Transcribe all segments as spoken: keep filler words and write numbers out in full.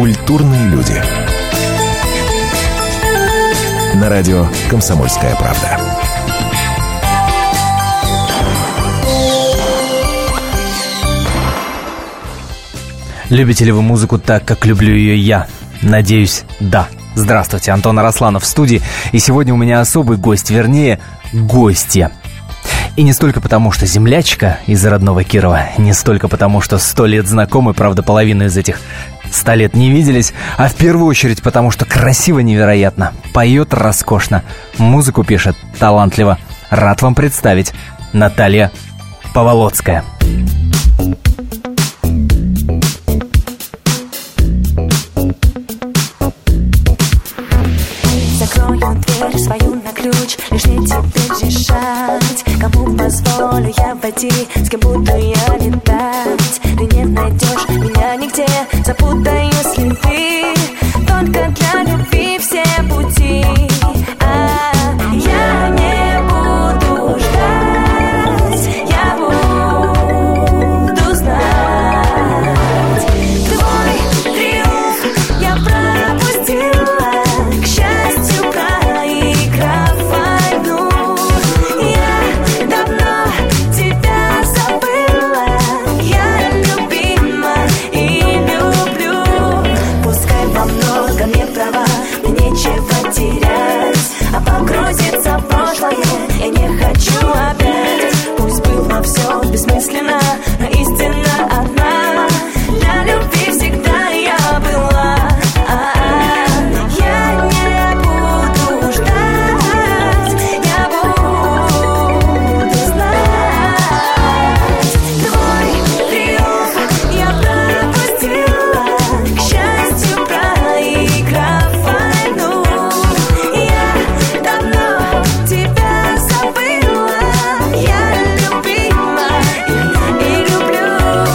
Культурные люди. На радио «Комсомольская правда». Любите ли вы музыку так, как люблю ее я? Надеюсь, да. Здравствуйте, Антон Арасланов в студии. И сегодня у меня особый гость, вернее, гостья. И не столько потому, что землячка из родного Кирова, не столько потому, что сто лет знакомы, правда, половину из этих ста лет не виделись, а в первую очередь потому, что красиво невероятно, поет роскошно, музыку пишет талантливо. Рад вам представить Наталья Поволоцкая. Закрою дверь свою на ключ, лишь не теперь решать, кому позволю я войти, с кем буду я летать. Ты не найдешь меня нигде, запутаю следы, только для любви все пути. А я не буду ждать, я буду знать. Твой триумф я пропустила, к счастью, проиграв войну. Я давно тебя забыла, я любима и люблю. Пускай во многом не права, мне нечего терять, а погрузиться в прошлое я не хочу опять. Пусть было все бессмысленно, но истина одна, для любви всегда я была. Я не буду ждать, я буду знать. Твой триумф я пропустила, к счастью, проиграв войну. Я давно тебя забыла, я любима и люблю.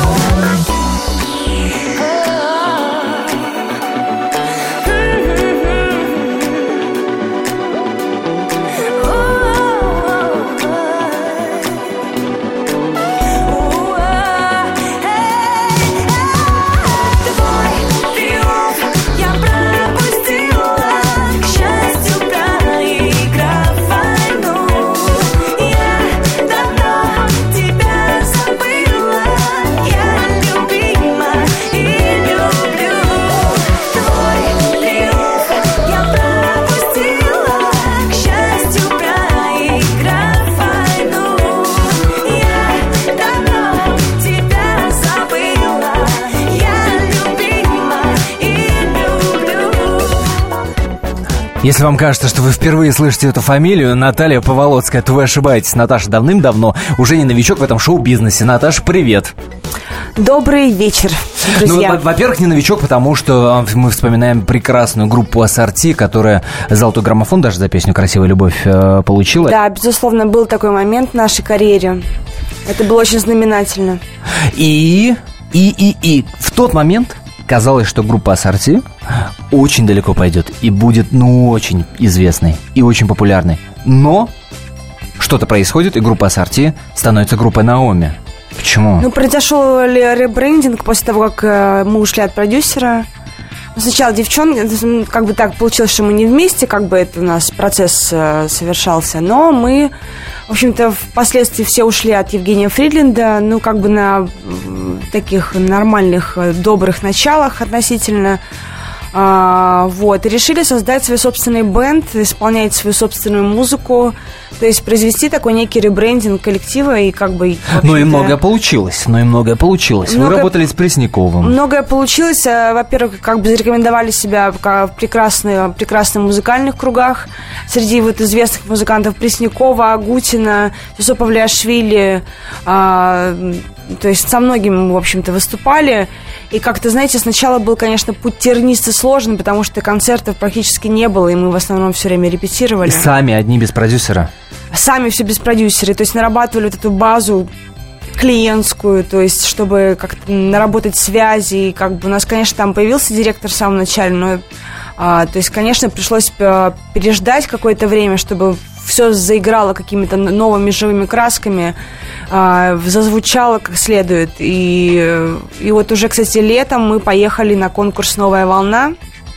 Твой триумф я пропустила, к счастью, проиграв войну. Я давно тебя забыла, я любима и люблю. Твой триумф я пропустила, к счастью, проиграв войну. Я давно тебя забыла, я любима и люблю. Если вам кажется, что вы впервые слышите эту фамилию, Наталья Поволоцкая, то вы ошибаетесь. Наташа давным-давно уже не новичок в этом шоу-бизнесе. Наташа, привет. Добрый вечер, Ну, друзья. во- во-первых, не новичок, потому что мы вспоминаем прекрасную группу «Ассорти», которая золотой граммофон даже за песню «Красивая любовь» э, получила. Да, безусловно, был такой момент в нашей карьере. Это было очень знаменательно. И, и, и, и в тот момент казалось, что группа «Ассорти» очень далеко пойдет и будет, ну, очень известной и очень популярной. Но что-то происходит, и группа «Ассорти» становится группой «Наоми». Почему? Ну, произошел ли ребрендинг после того, как э, мы ушли от продюсера. Ну, сначала девчонки, как бы так получилось, что мы не вместе, как бы это у нас процесс э, совершался, но мы, в общем-то, впоследствии все ушли от Евгения Фридлинда, ну, как бы на м, таких нормальных, э, добрых началах относительно. А, вот, и решили создать свой собственный бэнд, исполнять свою собственную музыку, то есть произвести такой некий ребрендинг коллектива и как бы... Ну и многое получилось, ну и многое получилось. Вы Многое- работали с Пресняковым. Многое получилось. А, Во-первых, как бы зарекомендовали себя в прекрасных, прекрасных музыкальных кругах. Среди вот известных музыкантов Преснякова, Агутина, Тюсо Павлиашвили. а, То есть со многими мы, в общем-то, выступали. И как-то, знаете, сначала был, конечно, путь тернистый, сложный, потому что концертов практически не было, и мы в основном все время репетировали. И сами, одни без продюсера. Сами все без продюсера. То есть нарабатывали вот эту базу клиентскую, то есть чтобы как-то наработать связи. И как бы у нас, конечно, там появился директор в самом начале, но А, то есть, конечно, пришлось э, переждать какое-то время, чтобы все заиграло какими-то новыми живыми красками, э, зазвучало как следует. И, и вот уже, кстати, летом мы поехали на конкурс «Новая волна»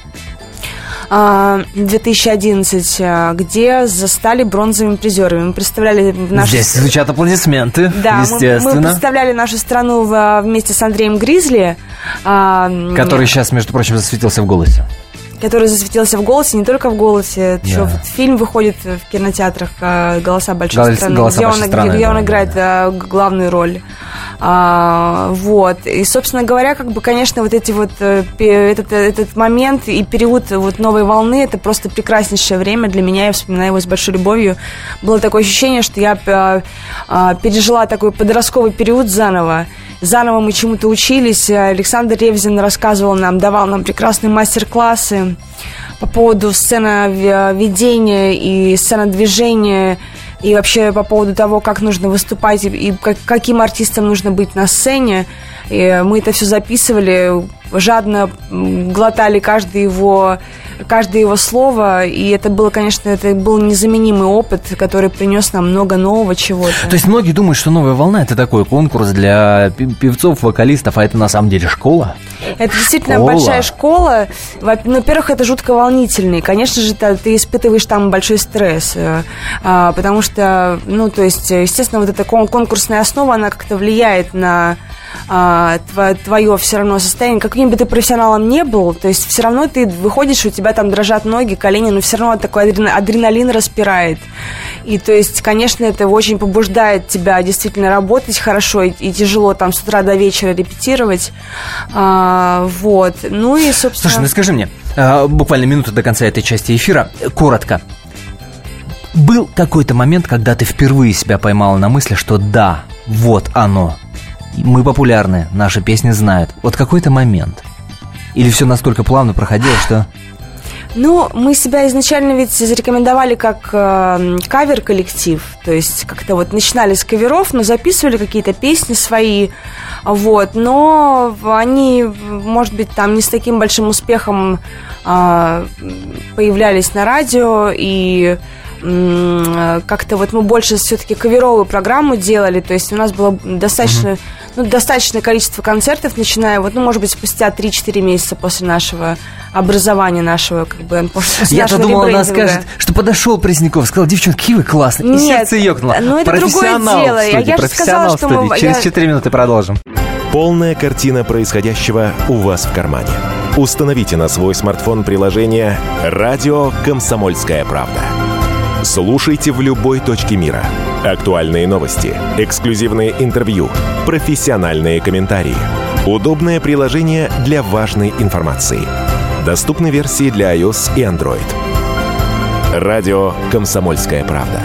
две тысячи одиннадцать, где застали бронзовыми призерами. Мы представляли нашу... Здесь звучат аплодисменты, да, естественно. Мы, мы представляли нашу страну в, вместе с Андреем Гризли. Который сейчас, между прочим, засветился в «Голосе». Который засветился в «Голосе», не только в «Голосе». Да. Еще вот фильм выходит в кинотеатрах «Голоса большой Голос, страны», голоса где, большой он, страны, где да, он играет да. главную роль. А, вот. И, собственно говоря, как бы, конечно, вот эти вот этот, этот момент и период вот новой волны, это просто прекраснейшее время для меня. Я вспоминаю его с большой любовью. Было такое ощущение, что я а, а, пережила такой подростковый период заново. Заново мы чему-то учились. Александр Ревзин рассказывал нам, давал нам прекрасные мастер-классы по поводу сценоведения и сценодвижения, и вообще по поводу того, как нужно выступать и как, каким артистам нужно быть на сцене. И мы это все записывали, жадно глотали каждое его, каждое его слово, и это было, конечно, это был незаменимый опыт, который принес нам много нового чего-то. То есть многие думают, что «Новая волна» — это такой конкурс для певцов, вокалистов, а это на самом деле школа? Это действительно школа. большая школа. Во-первых, это жутко волнительно. И, конечно же, ты, ты испытываешь там большой стресс. А, потому что, ну, то есть, естественно, вот эта конкурсная основа, она как-то влияет на а, твое все равно состояние. Каким бы ты профессионалом не был, то есть все равно ты выходишь, у тебя там дрожат ноги, колени, но все равно такой адреналин распирает. И, то есть, конечно, это очень побуждает тебя действительно работать хорошо и, и тяжело там с утра до вечера репетировать. А, вот. Ну и, собственно... Слушай, ну скажи мне, а, буквально минута до конца этой части эфира, коротко. Был какой-то момент, когда ты впервые себя поймала на мысли, что да, вот оно. Мы популярны, наши песни знают. Вот какой-то момент. Или все настолько плавно проходило, что... Ну, мы себя изначально ведь зарекомендовали как э, кавер-коллектив. То есть как-то вот начинали с каверов, но записывали какие-то песни свои. Вот. Но они, может быть, там не с таким большим успехом э, появлялись на радио. И э, как-то вот мы больше все-таки каверовую программу делали. То есть у нас было достаточно... Mm-hmm. Ну, достаточное количество концертов, начиная, вот, ну, может быть, спустя три-четыре месяца после нашего образования, нашего, как бы, после Я-то нашего думала, она ребрендинга. скажет, что подошел Пресняков, сказал: девчонки, какие вы классные. И Нет, сердце ёкнуло. ну, это другое дело. В студии, Я же профессионал сказала, что в студии. мы- Через я- четыре минуты продолжим. Полная картина происходящего у вас в кармане. Установите на свой смартфон приложение «Радио Комсомольская правда». Слушайте в любой точке мира. Актуальные новости, эксклюзивные интервью, профессиональные комментарии. Удобное приложение для важной информации. Доступны версии для iOS и Android. Радио «Комсомольская правда».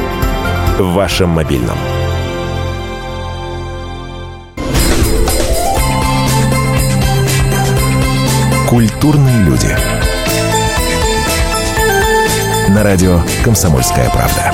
В вашем мобильном. Культурные люди. На радио «Комсомольская правда».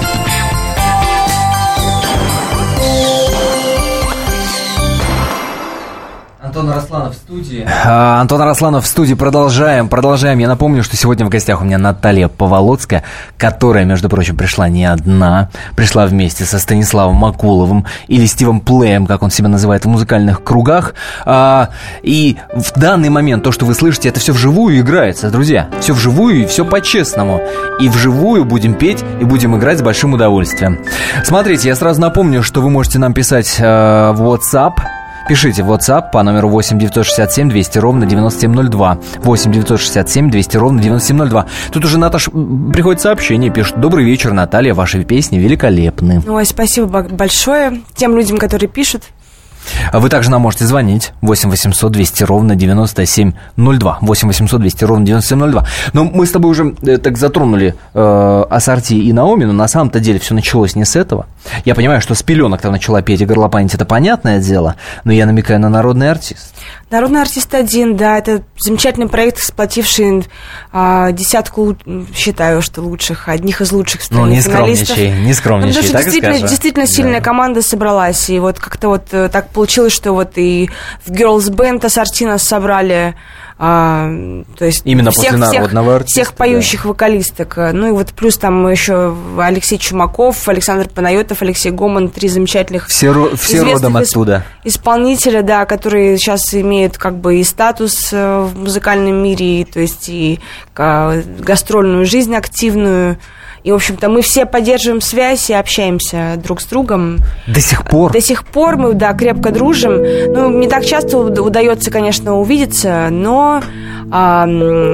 Антон Арасланов в студии. А, Антон Арасланов в студии. Продолжаем, продолжаем. Я напомню, что сегодня в гостях у меня Наталья Поволоцкая, которая, между прочим, пришла не одна. Пришла вместе со Станиславом Макуловым или Стивом Плеем, как он себя называет в музыкальных кругах. А, и в данный момент то, что вы слышите, это все вживую играется, друзья. Все вживую и все по-честному. И вживую будем петь и будем играть с большим удовольствием. Смотрите, я сразу напомню, что вы можете нам писать э, в WhatsApp. Пишите в WhatsApp по номеру восемь девятьсот шестьдесят семь двести ровно девяносто семь ноль два. восемь девятьсот шестьдесят семь двести ровно девяносто семь ноль два. Тут уже, Наташ, приходит сообщение, пишет: добрый вечер, Наталья, ваши песни великолепны. Ой, спасибо бо- большое тем людям, которые пишут. А вы также нам можете звонить восемь восемьсот двести ровно девяносто семь ноль два. восемь восемьсот двести ровно девяносто семь ноль два. Но мы с тобой уже э, так затронули э, Ассорти и Наоми, но на самом-то деле все началось не с этого. Я понимаю, что с пеленок-то начала петь и горлопанить, это понятное дело, но я намекаю на народный артист. Народный артист один, да, это замечательный проект, сплотивший а, десятку, лу- считаю, что лучших, одних из лучших Ну, не финалистов. скромничай, не Ну, скромничай, потому что так и действительно, скажу. действительно сильная Да. команда собралась, и вот как-то вот э, так получилось, что вот и в Girls Band ассорти нас собрали. А, то есть Именно всех, после народного всех, артиста, всех поющих да. вокалисток. Ну и вот плюс там еще Алексей Чумаков, Александр Панайотов, Алексей Гоман, три замечательных Все, ро- все известных родом исп- оттуда. исполнителя, да, которые сейчас имеют как бы и статус э, в музыкальном мире, и, то есть и э, гастрольную жизнь активную. И, в общем-то, мы все поддерживаем связь и общаемся друг с другом. До сих пор? До сих пор мы, да, крепко дружим. Ну, не так часто удается, конечно, увидеться, но... А,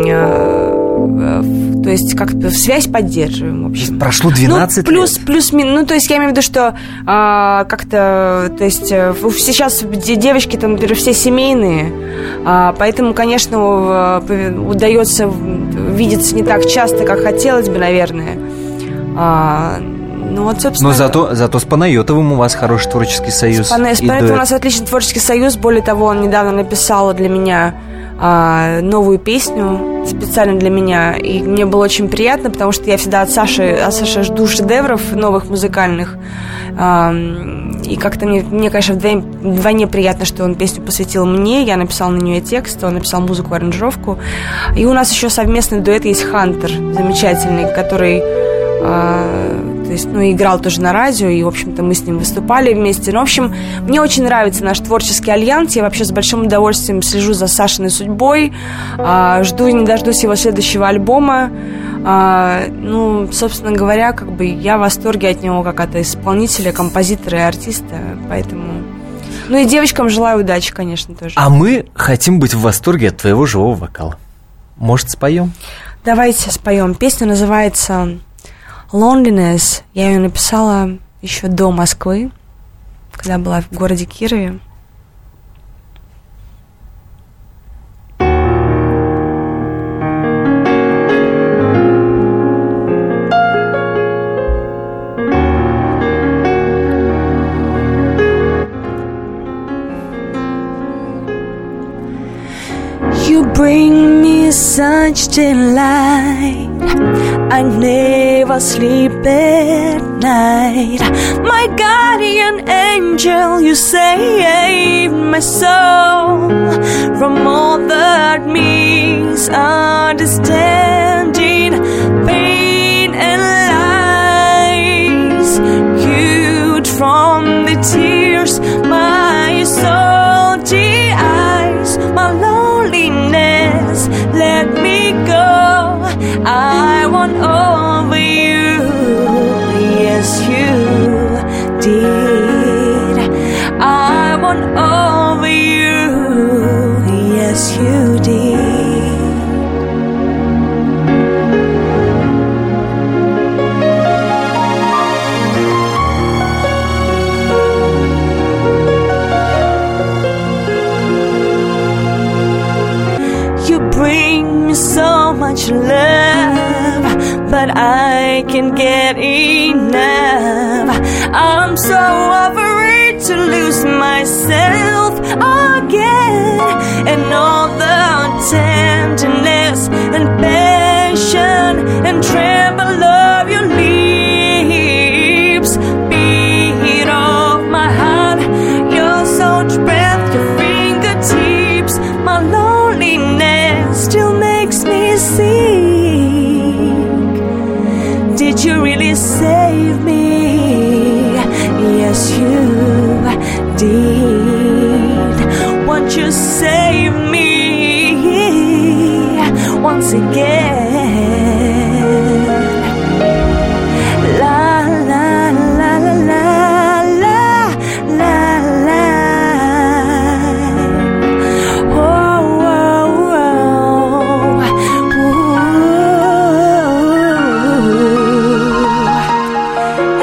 а, то есть как-то связь поддерживаем, в общем. Прошло двенадцать ну, плюс, лет. плюс, ну, то есть я имею в виду, что а, как-то, то есть сейчас девочки там, например, все семейные, а, поэтому, конечно, удается видеться не так часто, как хотелось бы, наверное. А, ну, вот, собственно... Но зато, зато с Панайотовым у вас хороший творческий союз. С Панайотовым у нас отличный творческий союз. Более того, он недавно написал для меня а, новую песню специально для меня. И мне было очень приятно, потому что я всегда от Саши, от Саши жду шедевров новых музыкальных. А, и как-то мне, мне конечно, вдвойне, вдвойне приятно, что он песню посвятил мне. Я написала на нее текст, он написал музыку, аранжировку. И у нас еще совместный дуэт есть «Хантер», замечательный, который... А, то есть, ну, играл тоже на радио, и, в общем-то, мы с ним выступали вместе. Ну, в общем, мне очень нравится наш творческий альянс. Я вообще с большим удовольствием слежу за Сашиной судьбой. А, жду и не дождусь его следующего альбома. А, ну, собственно говоря, как бы я в восторге от него как от исполнителя, композитора и артиста. Поэтому... Ну, и девочкам желаю удачи, конечно, тоже. А мы хотим быть в восторге от твоего живого вокала. Может, споем? Давайте споем. Песня называется... Loneliness. Я ее написала еще до Москвы, когда была в городе Кирове. You bring me such delight. I never sleep at night. My guardian angel, you save my soul from all that misunderstanding, pain and lies. Cute from the tears my salty eyes, my loneliness, let me go. I want over you, yes you did. I want over you, yes you did. You bring me so much love, but I can't get enough. I'm so afraid to lose myself again, and all the tenderness and passion and tremble of your lips, beat of my heart, your salt breath, your fingertips, my loneliness still makes me sick. Did you really save me? Yes, you did. Won't you save me once again? La la la la la la la. Oh, oh, oh. Ooh.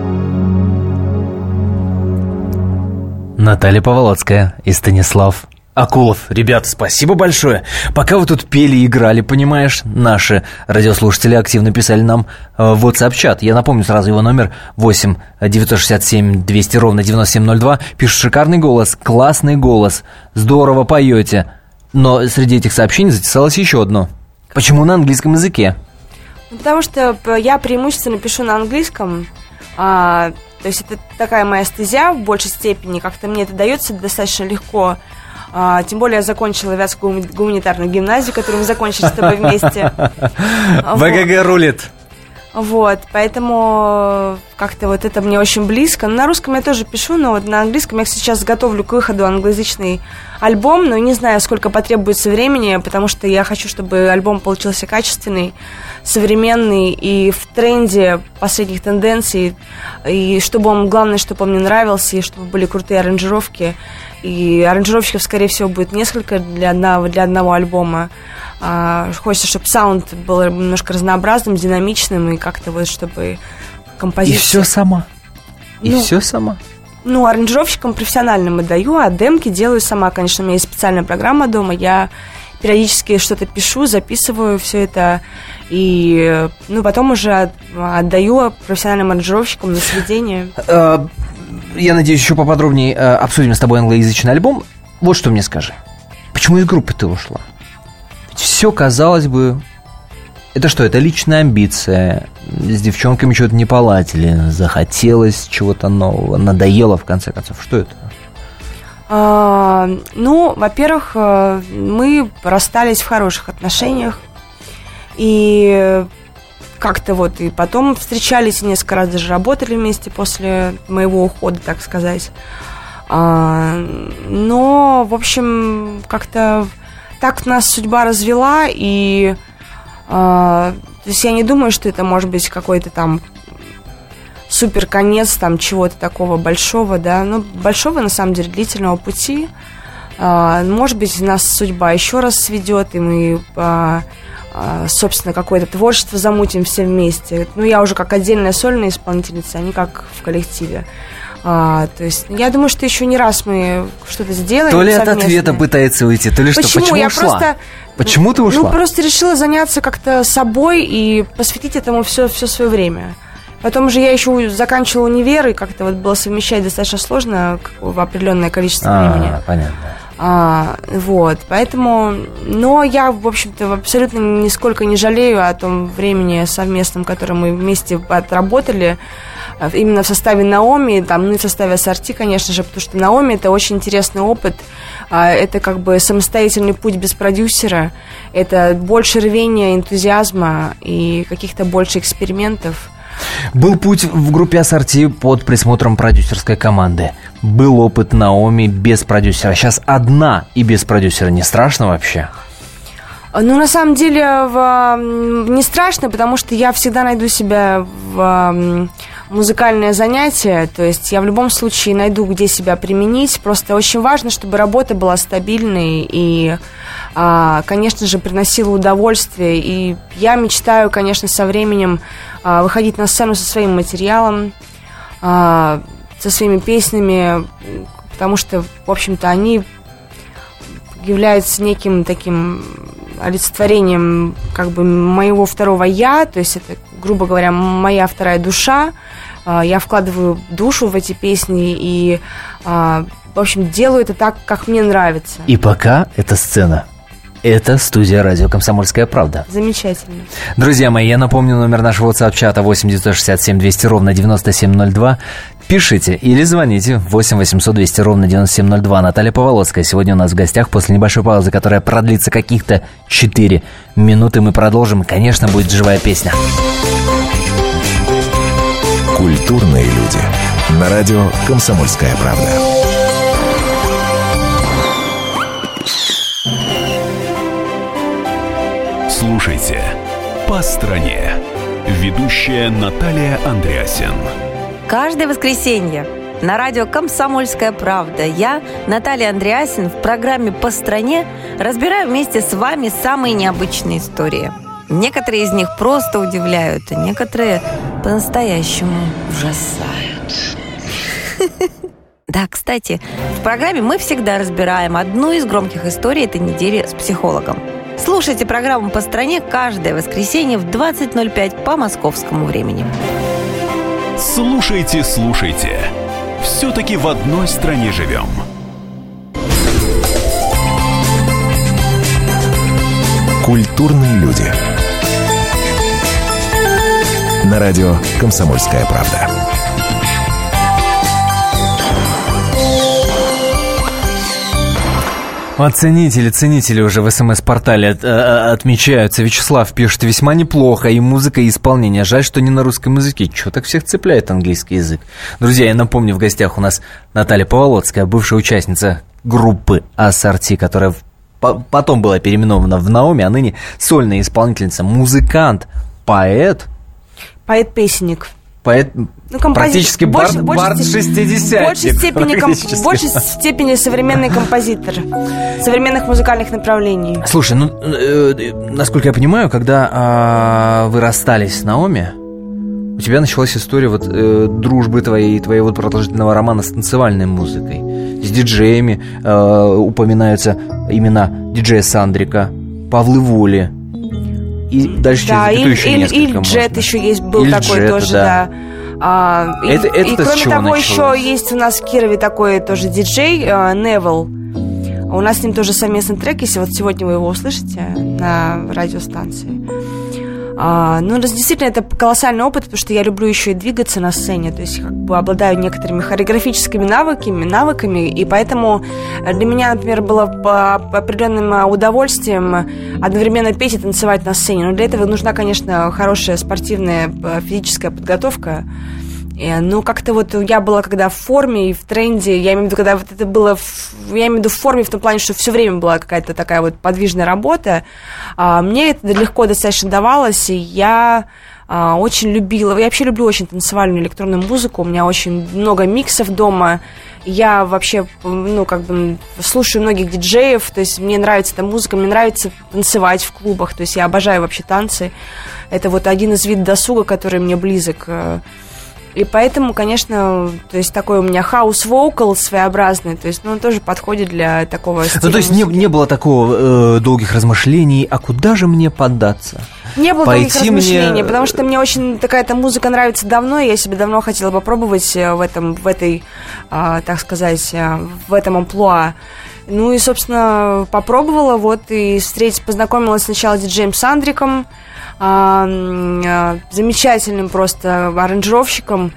Наталья Поволоцкая и Станислав Акулов, ребята, спасибо большое. Пока вы тут пели и играли, понимаешь, наши радиослушатели активно писали нам э, в WhatsApp-чат. Я напомню сразу его номер восемь девятьсот шестьдесят семь двести ровно девяносто семь ноль два. Пишут: шикарный голос, классный голос, здорово поете. Но среди этих сообщений затесалось еще одно. Почему на английском языке? Потому что я преимущественно пишу на английском. А, то есть это такая моя стезя в большей степени. Как-то мне это дается достаточно легко. А, тем более я закончила Вятскую гуманитарную гимназию, которую мы закончили с тобой вместе. ВГГ рулит. Вот, поэтому как-то вот это мне очень близко. На русском я тоже пишу, но вот на английском я сейчас готовлю к выходу англоязычный альбом, но не знаю, сколько потребуется времени, потому что я хочу, чтобы альбом получился качественный, современный и в тренде последних тенденций, и чтобы он, главное, чтобы он мне нравился, и чтобы были крутые аранжировки. И аранжировщиков, скорее всего, будет несколько для одного, для одного альбома. А, хочется, чтобы саунд был немножко разнообразным, динамичным, и как-то вот, чтобы композиция... И все сама. И Ну, все сама. Ну, аранжировщикам профессиональным отдаю, а демки делаю сама. Конечно, у меня есть специальная программа дома, я периодически что-то пишу, записываю все это, и ну, потом уже отдаю профессиональным аранжировщикам на сведение. Э, Я надеюсь, еще поподробнее э, обсудим с тобой англоязычный альбом. Вот что мне скажи. Почему из группы ты ушла? Ведь все, казалось бы... Это что, это личная амбиция? С девчонками что-то не поладили, захотелось чего-то нового, надоело в конце концов. Что это? А, ну, во-первых, э, мы расстались в хороших отношениях. И как-то вот и потом встречались, и несколько раз даже работали вместе после моего ухода, так сказать. А, но, в общем, как-то так нас судьба развела, и а, то есть я не думаю, что это может быть какой-то там супер конец там чего-то такого большого, да, но большого, на самом деле, длительного пути. А, может быть, нас судьба еще раз сведет, и мы... А, собственно, какое-то творчество замутим все вместе. Ну, я уже как отдельная сольная исполнительница, а не как в коллективе. А, то есть, я думаю, что еще не раз мы что-то сделаем. То ли от совместное. ответа пытается уйти, то ли что. Почему? Почему я ушла? Просто, Почему ты ушла? Ну, просто решила заняться как-то собой и посвятить этому все, все свое время. Потом уже я еще заканчивала универ, и как-то вот было совмещать достаточно сложно в определенное количество А, времени. понятно. А, вот, поэтому, но я, в общем-то, абсолютно нисколько не жалею о том времени совместном, которое мы вместе отработали, именно в составе Наоми, там, ну и в составе Ассорти, конечно же, потому что Наоми — это очень интересный опыт, это как бы самостоятельный путь без продюсера, это больше рвения, энтузиазма и каких-то больше экспериментов. Был путь в группе Ассорти под присмотром продюсерской команды. Был опыт Наоми без продюсера. Сейчас одна и без продюсера. Не страшно вообще? Ну, на самом деле, в, не страшно, потому что я всегда найду себя в музыкальное занятие. То есть я в любом случае найду, где себя применить. Просто очень важно, чтобы работа была стабильной и, конечно же, приносила удовольствие. И я мечтаю, конечно, со временем выходить на сцену со своим материалом, со своими песнями, потому что, в общем-то, они являются неким таким олицетворением как бы моего второго «я», то есть это, грубо говоря, моя вторая душа. Я вкладываю душу в эти песни и, в общем, делаю это так, как мне нравится. И пока эта сцена. Это студия радио «Комсомольская правда». Замечательно. Друзья мои, я напомню номер нашего WhatsApp-чата восемь девятьсот шестьдесят семь двести ровно девяносто семь ноль два. Пишите или звоните восемь восемьсот двести ровно девяносто семь ноль два. Наталья Поволоцкая сегодня у нас в гостях. После небольшой паузы, которая продлится каких-то четыре минуты, мы продолжим. Конечно, будет живая песня. Культурные люди. На радио «Комсомольская правда». Слушайте «По стране». Ведущая Наталья Андреасен. Каждое воскресенье на радио «Комсомольская правда» я, Наталья Андреасен, в программе «По стране» разбираю вместе с вами самые необычные истории. Некоторые из них просто удивляют, а некоторые по-настоящему ужасают. Да, кстати, в программе мы всегда разбираем одну из громких историй этой недели с психологом. Слушайте программу «По стране» каждое воскресенье в двадцать ноль пять по московскому времени. Слушайте, слушайте. Все-таки в одной стране живем. Культурные люди. На радио «Комсомольская правда». Вот ценители, ценители уже в СМС-портале от, а, отмечаются. Вячеслав пишет: весьма неплохо, и музыка, и исполнение. Жаль, что не на русском языке. Чего так всех цепляет английский язык? Друзья, я напомню, в гостях у нас Наталья Поволоцкая, бывшая участница группы «Ассорти», которая по- потом была переименована в «Наоми», а ныне сольная исполнительница, музыкант, поэт. Поэт-песенник. Поэт, Ну, компози- практически больше- бард, больше бард сте- шестидесятник. В большей степени, ком- практически. в большей степени современный композитор современных музыкальных направлений. Слушай, ну, э, э, насколько я понимаю, когда а, вы расстались с Наоми, у тебя началась история вот э, дружбы твоей и твоего продолжительного романа с танцевальной музыкой, с диджеями. Э, упоминаются имена диджея Сандрика, Павлы Воли. И дальше Да, через и, еще и, несколько и Джет можно. еще есть, был Иль такой Джет, тоже, да. да. А, и, Это- это-то и с кроме чего того, началось? еще есть у нас в Кирове такой тоже диджей э, Невил. У нас с ним тоже совместный трек, если вот сегодня вы его услышите на радиостанции. А, ну, раз- действительно, это колоссальный опыт, потому что я люблю еще и двигаться на сцене, то есть как бы обладаю некоторыми хореографическими навыками, навыками, и поэтому для меня, например, было по определенным удовольствием одновременно петь и танцевать на сцене. Но для этого нужна, конечно, хорошая спортивная э, физическая подготовка. Э, Ну, как-то вот я была когда в форме и в тренде, я имею в виду, когда вот это было, в- я имею в виду в форме в том плане, что все время была какая-то такая вот подвижная работа, а, мне это легко достаточно давалось, и я а, очень любила, я вообще люблю очень танцевальную электронную музыку, у меня очень много миксов дома, я вообще, ну, как бы слушаю многих диджеев, то есть мне нравится эта музыка, мне нравится танцевать в клубах, то есть я обожаю вообще танцы, это вот один из видов досуга, который мне близок. э, И поэтому, конечно, то есть такой у меня хаус-вокал своеобразный, то есть, ну, он тоже подходит для такого стиля. Ну, то есть не, музыки. не было такого э, долгих размышлений, а куда же мне поддаться? Не было пойти таких размышлений, мне- потому что мне очень такая-то музыка нравится давно, и я себе давно хотела попробовать э, в этом, в этой, а, так сказать, а, в этом амплуа. Ну и, собственно, попробовала, вот, и встретить, познакомилась сначала с диджеем Сандриком, а, м, а, замечательным просто аранжировщиком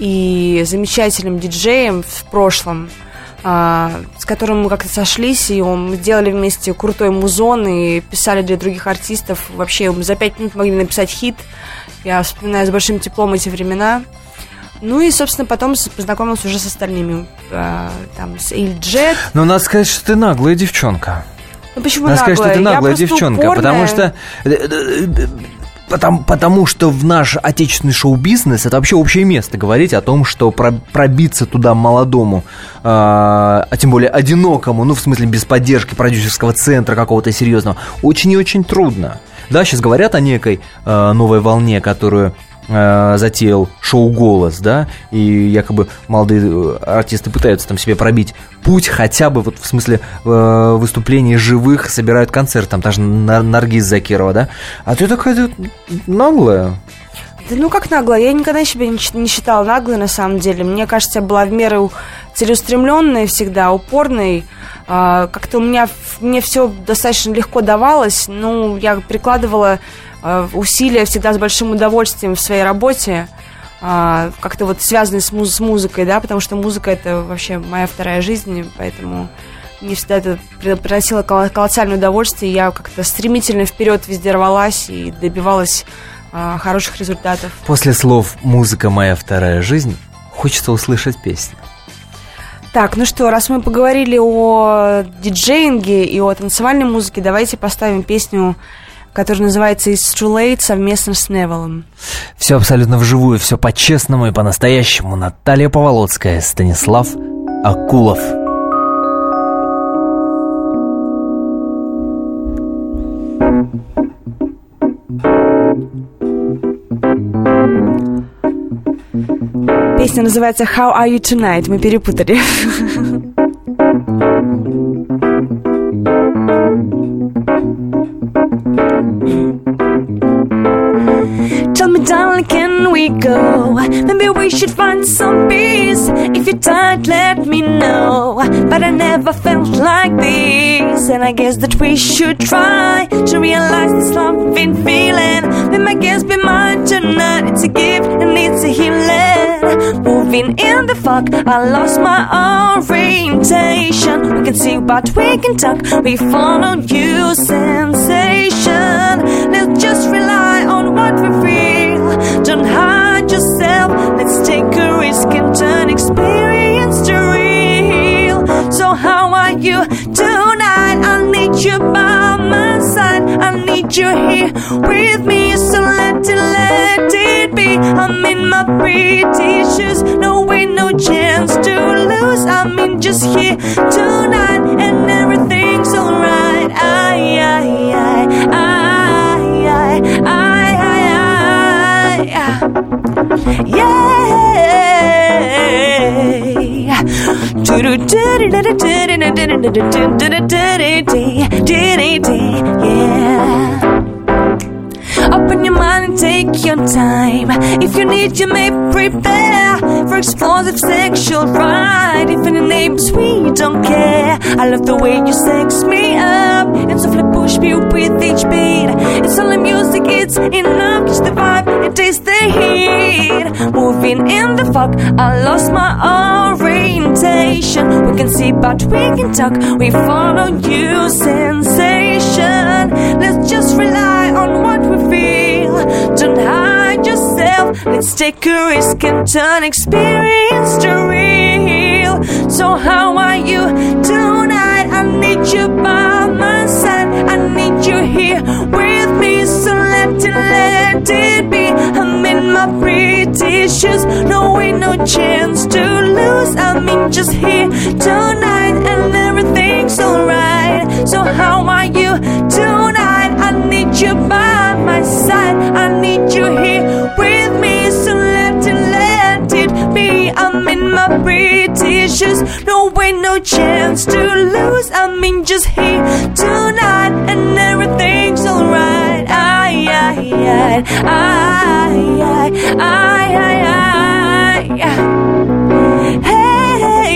и замечательным диджеем в прошлом, а, с которым мы как-то сошлись, и он, мы делали вместе крутой музон и писали для других артистов. Вообще, мы за пять минут могли написать хит. Я вспоминаю с большим теплом эти времена. Ну и, собственно, потом с- познакомилась уже с остальными. а, там, с Иль Джет. Но надо сказать, что ты наглая девчонка. Ну почему Надо сказать, наглая? что ты Я наглая просто девчонка, упорная. потому что... э, э, э, Потому, потому что в наш отечественный шоу-бизнес это вообще общее место говорить о том, что про- пробиться туда молодому, э, а тем более одинокому, ну в смысле без поддержки продюсерского центра какого-то серьезного, очень и очень трудно. Да, сейчас говорят о некой э, новой волне, которую э, затеял шоу «Голос», да, и якобы молодые э, артисты пытаются там себе пробить путь хотя бы вот в смысле э, выступлений живых, собирают концерт, там даже Нар- Наргиз Закирова, да, а ты такая вот наглая. Да ну как наглая? Я никогда себя не, щ- не считала наглой на самом деле. Мне кажется, я была в меру целеустремленной всегда, упорной. А, как-то у меня в- мне все достаточно легко давалось. Ну, я прикладывала а, усилия всегда с большим удовольствием в своей работе. А, как-то вот связанные с, муз- с музыкой, да, потому что музыка — это вообще моя вторая жизнь, и поэтому мне всегда это при- приносило коло- колоссальное удовольствие. Я как-то стремительно вперед везде рвалась и добивалась а, хороших результатов. После слов «музыка моя вторая жизнь» хочется услышать песню. Так, ну что, раз мы поговорили о диджеинге и о танцевальной музыке, давайте поставим песню, которая называется «It's Too Late» совместно с Невиллом. Все абсолютно вживую, все по-честному и по-настоящему. Наталья Поволоцкая, Станислав Акулов. Песня называется How Are You Tonight? Мы перепутали. Tell me, darling, can we go? Maybe we should find some peace. If you're tired, let me know. But I never felt like this, and I guess that we should try to realize this loving feeling. Then my guess be mine tonight. It's a gift and it's a healing. Moving in the fog, I lost my orientation. We can see but we can talk. We follow you, sensation. Let's just rely on what we feel. Don't hide yourself. Let's take a risk and turn experience to real. So how are you tonight? I need you by my side. I need you here with me. So let it, let it be. I'm in my pretty shoes. No way, no chance to lose. I'm in just here tonight, and everything's alright. I, I, I, I, I, I, I. Yeah. Open your mind and take your time. If you need, you may prepare for explosive sexual ride. If any names, we don't care. I love the way you sex me up and softly push me with each beat. It's only music, it's enough. Catch the vibe and taste the heat. Moving in the fog, I lost my orientation. We can see but we can talk. We follow you, sensation. Let's just rely on what we feel. Don't hide yourself. Let's take a risk and turn experience to real. So how are you tonight? I need you by my side. I need you here with me. So let it, let it be. I'm in my pretty shoes. No way, no chance to lose. I'm in just here tonight, and everything's alright. So how are you tonight? I need you by my side. I need you here with me. So let it, let it be. I'm in my pretty shoes. No way, no chance to lose. I'm in just here tonight, and everything's alright. I, I, I, I, I, I, I, I. Hey,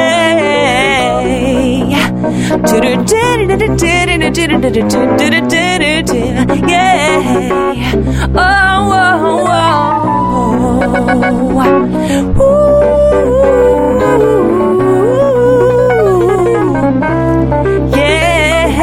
yeah. Oh, oh, oh. Ooh. Yeah.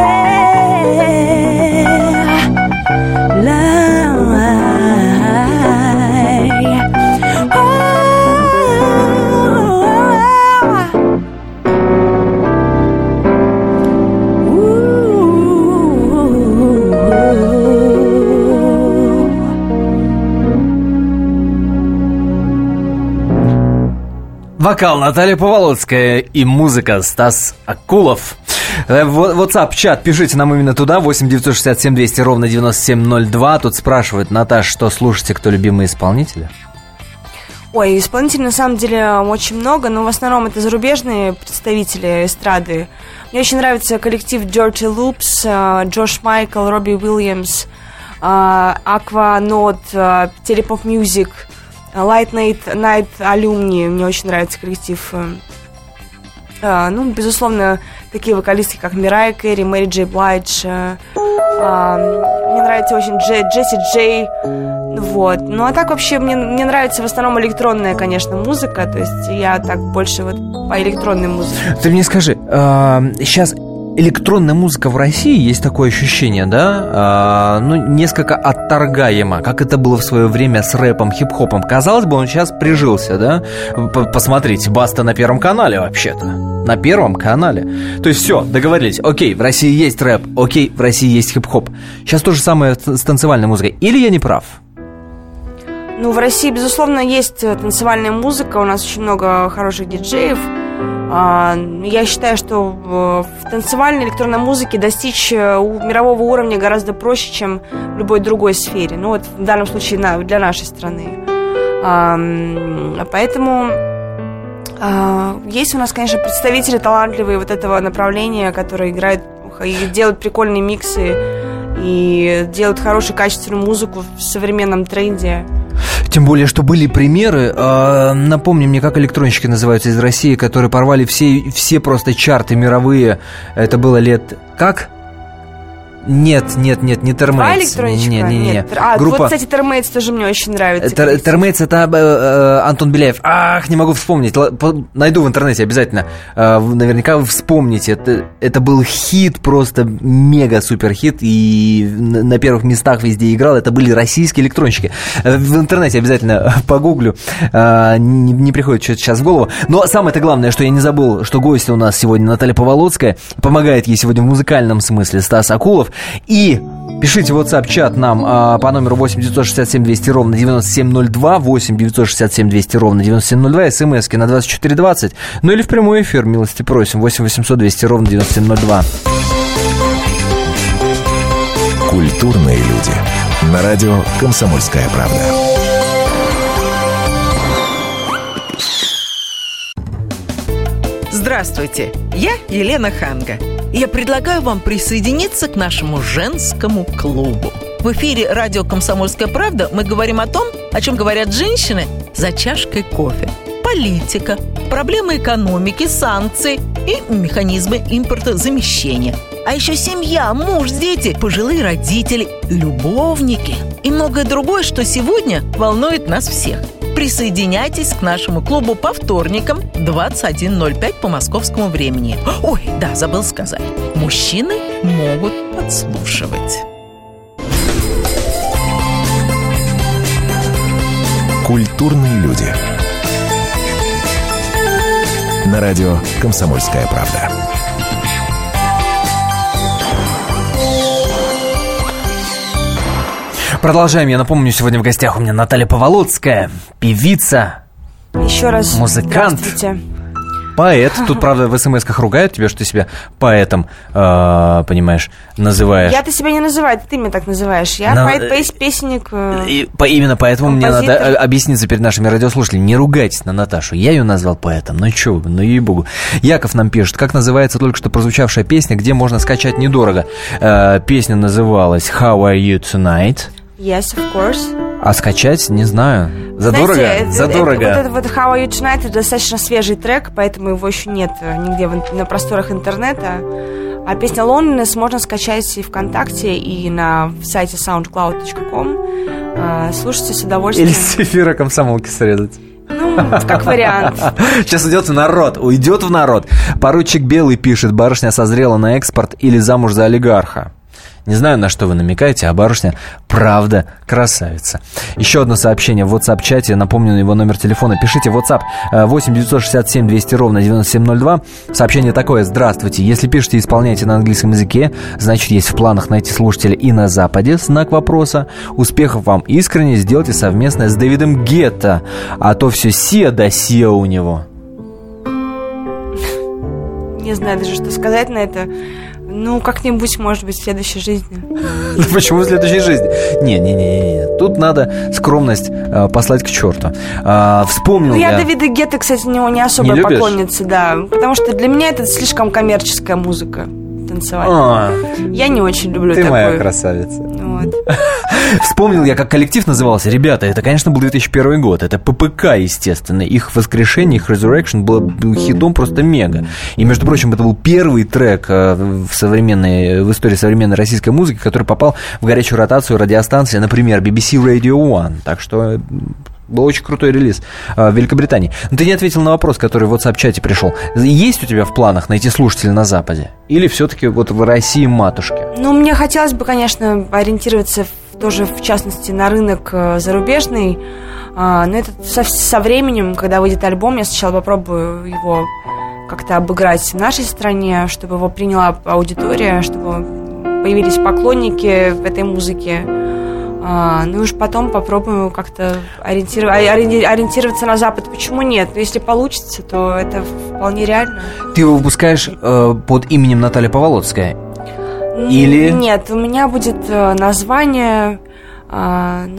Вокал Наталья Поволоцкая и музыка Стас Акулов. WhatsApp, чат, пишите нам именно туда, восемь девятьсот шестьдесят семь двести ровно девяносто семь ноль два. Тут спрашивают, Наташ, что слушаете, кто любимые исполнители? Ой, исполнителей на самом деле очень много, но в основном это зарубежные представители эстрады. Мне очень нравится коллектив Dirty Loops, Джош Майкл, Робби Уильямс, Aqua Note, Telepop Music, Light Night, Night Alumni. Мне очень нравится коллектив. Ну, безусловно, такие вокалистки, как Мирайя Кэрри, Мэри Джей Блайдж. Мне нравится очень Дже, Джесси Джей. Вот. Ну, а так вообще мне, мне нравится в основном электронная, конечно, музыка. То есть я так больше вот по электронной музыке. Ты мне скажи, э, сейчас электронная музыка в России, есть такое ощущение, да, э, ну, несколько отторгаемо, как это было в свое время с рэпом, хип-хопом. Казалось бы, он сейчас прижился, да? Посмотрите, Баста на Первом канале вообще-то. На Первом канале. То есть все, договорились. Окей, в России есть рэп, окей, в России есть хип-хоп. Сейчас то же самое с танцевальной музыкой. Или я не прав? Ну, в России, безусловно, есть танцевальная музыка. У нас очень много хороших диджеев. Я считаю, что в танцевальной электронной музыке достичь мирового уровня гораздо проще, чем в любой другой сфере. Ну, вот в данном случае для нашей страны. А, м, поэтому а, есть у нас, конечно, представители талантливые вот этого направления, которые играют и делают прикольные миксы, и делают хорошую качественную музыку в современном тренде. Тем более, что были примеры, э, напомни мне, как электронщики называются из России, которые порвали все, все просто чарты мировые. Это было лет... Как? Нет, нет, нет, не Термейтс. Два электронщика? Не, не, не, не. А, Группа... вот, кстати, Термейтс тоже мне очень нравится. Тер, Термейтс — это э, э, Антон Беляев. Ах, не могу вспомнить. Л- по, найду в интернете обязательно. Э, наверняка вы вспомните. Это, это был хит, просто мега-супер хит. И на, на первых местах везде играл. Это были российские электронщики. Э, в интернете обязательно погуглю. Э, не, не приходит что-то сейчас в голову. Но самое-то главное, что я не забыл, что гостья у нас сегодня Наталья Поволоцкая. Помогает ей сегодня в музыкальном смысле Стас Акулов. И пишите в WhatsApp-чат нам а, по номеру восемь девятьсот шестьдесят семь двести ровно девяносто семь ноль два, восемь девятьсот шестьдесят семь двести ровно девяносто семь ноль два, смски на двадцать четыре двадцать, ну или в прямой эфир, милости просим, восемь восемьсот двести ровно девяносто семь ноль два. Культурные люди. На радио «Комсомольская правда». Здравствуйте, я Елена Ханга. Я предлагаю вам присоединиться к нашему женскому клубу. В эфире радио «Комсомольская правда» мы говорим о том, о чем говорят женщины за чашкой кофе. Политика, проблемы экономики, санкции и механизмы импортозамещения. А еще семья, муж, дети, пожилые родители, любовники и многое другое, что сегодня волнует нас всех. Присоединяйтесь к нашему клубу по вторникам двадцать один ноль пять по московскому времени. Ой, да, забыл сказать. Мужчины могут подслушивать. Культурные люди. На радио «Комсомольская правда». Продолжаем. Я напомню, сегодня в гостях у меня Наталья Поволоцкая, певица, Еще раз музыкант, здравствуйте. поэт. Тут, правда, в смс-ках ругают тебя, что ты себя поэтом, э, понимаешь, называешь. Я-то себя не называю, ты меня так называешь. Я Но, поэт, пес, песенник. э, И по, именно поэтому мне композитор. надо а, объясниться перед нашими радиослушателями. Не ругайтесь на Наташу. Я ее назвал поэтом. Ну чё вы, ну ей-богу. Яков нам пишет, как называется только что прозвучавшая песня, где можно скачать недорого. Э, песня называлась «How are you tonight?» Yes, of course. А скачать, не знаю. Задорого? Знаете, это- Задорого. это- вот это вот How Are You Tonight — это достаточно свежий трек, поэтому его еще нет э, нигде в ин- на просторах интернета. А песня Loneliness можно скачать и ВКонтакте, и на сайте саундклауд точка ком. Э, Слушайте с удовольствием. Или с эфира комсомолки срезать. Ну, как вариант. Сейчас уйдет в народ, уйдет в народ. Поручик Белый пишет, барышня созрела на экспорт или замуж за олигарха. Не знаю, на что вы намекаете, а барышня правда красавица. Еще одно сообщение в WhatsApp-чате. Напомню его номер телефона. Пишите в WhatsApp восемь девятьсот шестьдесят семь двести ровно девяносто семь ноль два. Сообщение такое. Здравствуйте. Если пишете и исполняете на английском языке, значит, есть в планах найти слушателя и на Западе. Знак вопроса. Успехов вам искренне. Сделайте совместное с Дэвидом Гетто. А то все сия да сия у него. Не знаю даже, что сказать на это. Ну, как-нибудь, может быть, в следующей жизни. Почему в следующей жизни? Не-не-не, тут надо скромность э, послать к черту. Э, вспомнил Ну, я я... Дэвида Гетто, кстати, не, не особая Не любишь? поклонница, да. Потому что для меня это слишком коммерческая музыка танцевальная. А, Я не очень люблю ты такую. моя красавица. Вот. Вспомнил я, как коллектив назывался. Ребята, это, конечно, был две тысячи первый год. Это ППК, естественно. Их воскрешение, их Resurrection было был хитом просто мега. И, между прочим, это был первый трек э, в, современной, в истории современной российской музыки, который попал в горячую ротацию радиостанции, например, би би си Radio One. Так что... Был очень крутой релиз э, в Великобритании. Но ты не ответил на вопрос, который в WhatsApp-чате пришел. Есть у тебя в планах найти слушателей на Западе? Или все-таки вот в России матушке? Ну, мне хотелось бы, конечно, ориентироваться в- тоже, в частности, на рынок э, зарубежный. А, но это со, со временем, когда выйдет альбом, я сначала попробую его как-то обыграть в нашей стране, чтобы его приняла аудитория, чтобы появились поклонники в этой музыке. А, ну и уж потом попробую как-то ориентиров- ори- ориентироваться на Запад. Почему нет? Но если получится, то это вполне реально. Ты его выпускаешь э, под именем Наталья Поволоцкая? Или- Нет, у меня будет э, название, а, ну,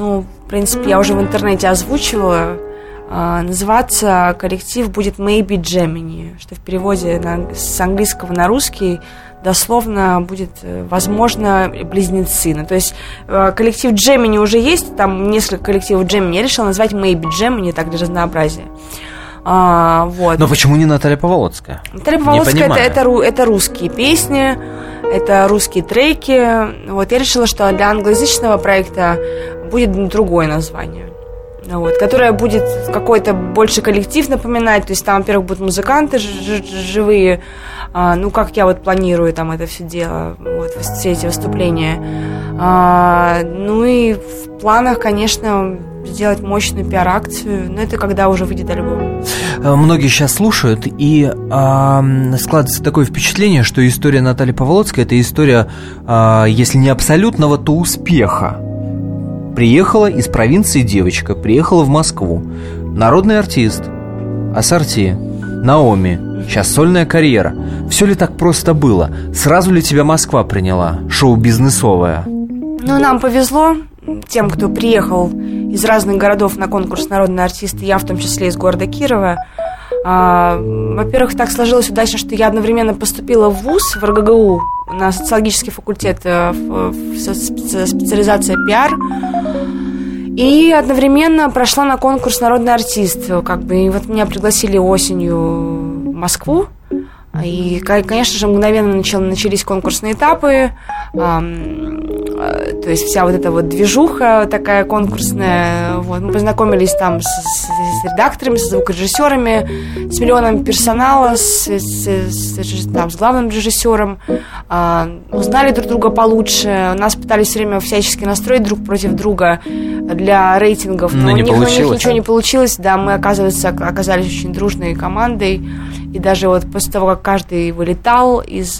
в принципе, я уже в интернете озвучивала. А, называться коллектив будет Maybe Gemini, что в переводе на, с английского на русский дословно будет, возможно, близнецы. Ну, то есть коллектив Gemini уже есть, там несколько коллективов Gemini. Я решила назвать Maybe Gemini, так для разнообразия. А, вот. Но почему не Наталья Поволоцкая? Наталья Поволоцкая это, это, это русские песни, это русские треки. Вот, я решила, что для англоязычного проекта будет другое название. Вот, которая будет какой-то больше коллектив напоминать. То есть там, во-первых, будут музыканты ж- ж- живые. А, ну, как я вот планирую там это все дело, вот, все эти выступления. А, ну и в планах, конечно, сделать мощную пиар-акцию. Но это когда уже выйдет альбом. Многие сейчас слушают, и а, складывается такое впечатление, что история Натальи Поволоцкой – это история, а, если не абсолютного, то успеха. Приехала из провинции девочка, приехала в Москву. Народный артист, ассорти, Наоми, сейчас сольная карьера. Все ли так просто было? Сразу ли тебя Москва приняла, шоу-бизнесовая? Ну, нам повезло, тем, кто приехал из разных городов на конкурс «Народный артист», я в том числе из города Кирова. А, во-первых, так сложилось удачно, что я одновременно поступила в ВУЗ, в эр гэ гэ у, на социологический факультет, в, в специализация пиар, и одновременно прошла на конкурс «Народный артист». Как бы, и вот меня пригласили осенью в Москву. И, конечно же, мгновенно начал, начались конкурсные этапы. То есть вся вот эта вот движуха такая конкурсная. Вот. Мы познакомились там с, с редакторами, с звукорежиссерами, с миллионом персонала, с, с, с, там, с главным режиссером. А, узнали друг друга получше. Нас пытались все время всячески настроить друг против друга для рейтингов. Но, но у, них, у них ничего не получилось. Да, мы, оказывается, оказались очень дружной командой. И даже вот после того, как каждый вылетал из...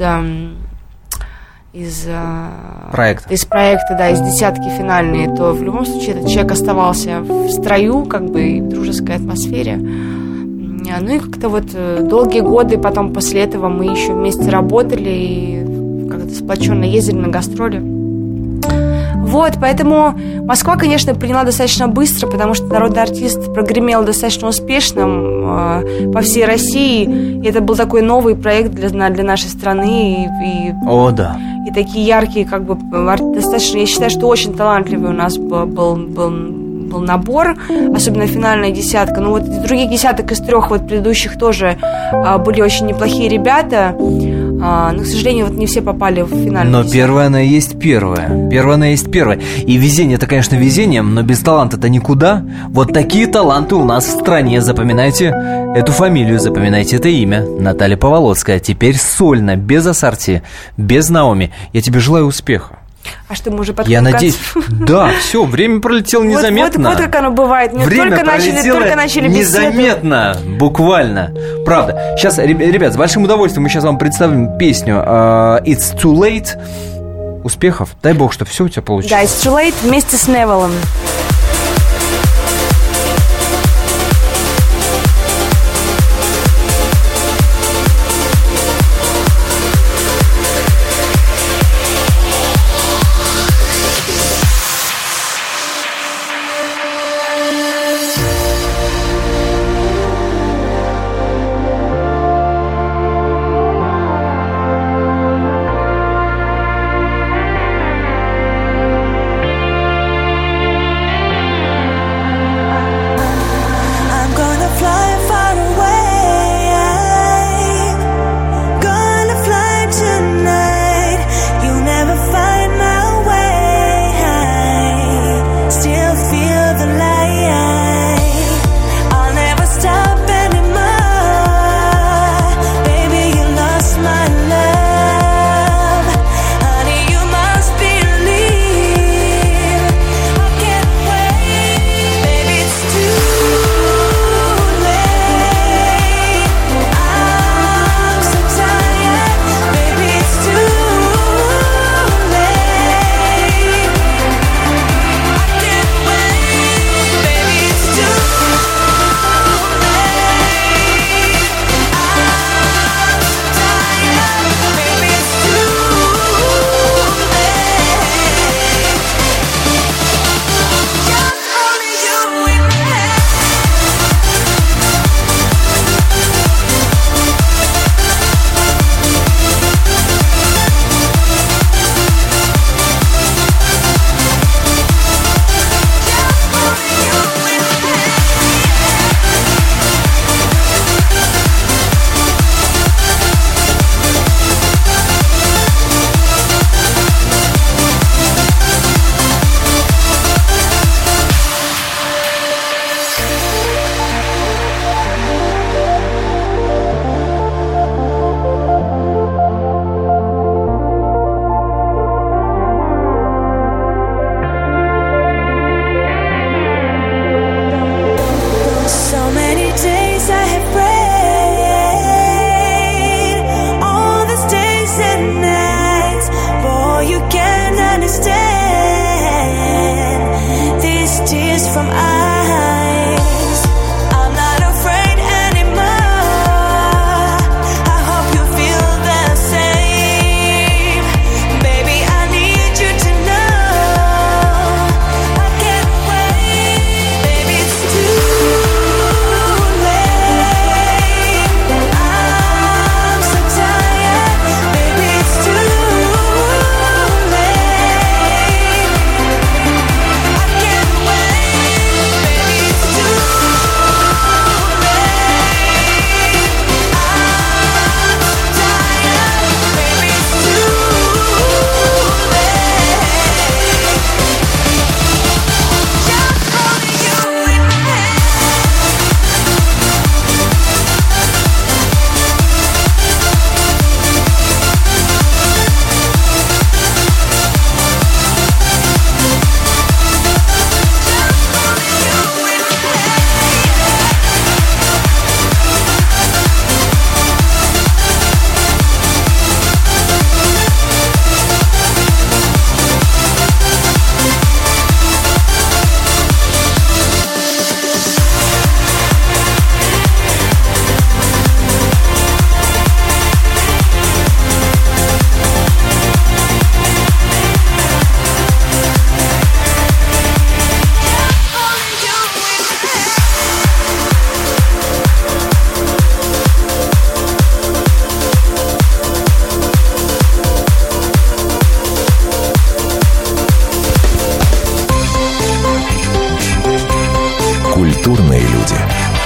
из проекта. из проекта, да, из десятки финальной, то в любом случае этот человек оставался в строю, как бы и в дружеской атмосфере. Ну и как-то вот долгие годы потом после этого мы еще вместе работали и как-то сплоченно ездили на гастроли. Вот, поэтому Москва, конечно, приняла достаточно быстро, потому что народный артист прогремел достаточно успешным э, по всей России. И это был такой новый проект для, для нашей страны. И, и, О, да. И такие яркие, как бы, достаточно, я считаю, что очень талантливый у нас был, был, был, был набор, особенно финальная десятка. Ну вот из других десяток, из трех вот предыдущих тоже э, были очень неплохие ребята. А, но, к сожалению, вот не все попали в финальную Но десятку. первая она есть первая. Первая она есть первая. И везение, это, конечно, везением, но без таланта-то никуда. Вот такие таланты у нас в стране. Запоминайте эту фамилию, запоминайте это имя. Наталья Поволоцкая. Теперь сольно, без ассорти, без Наоми. Я тебе желаю успеха. А что, мы уже подходим Я к надеюсь, концу? да, все, время пролетело незаметно. Вот, вот, вот как оно бывает. Не Время только начали, пролетело только начали беседу. незаметно, буквально. Правда. Сейчас, ребят, с большим удовольствием мы сейчас вам представим песню uh, It's Too Late. Успехов. Дай бог, чтобы все у тебя получилось. Да, It's Too Late вместе с Невиллом.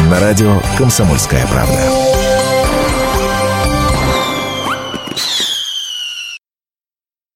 на радио «Комсомольская правда».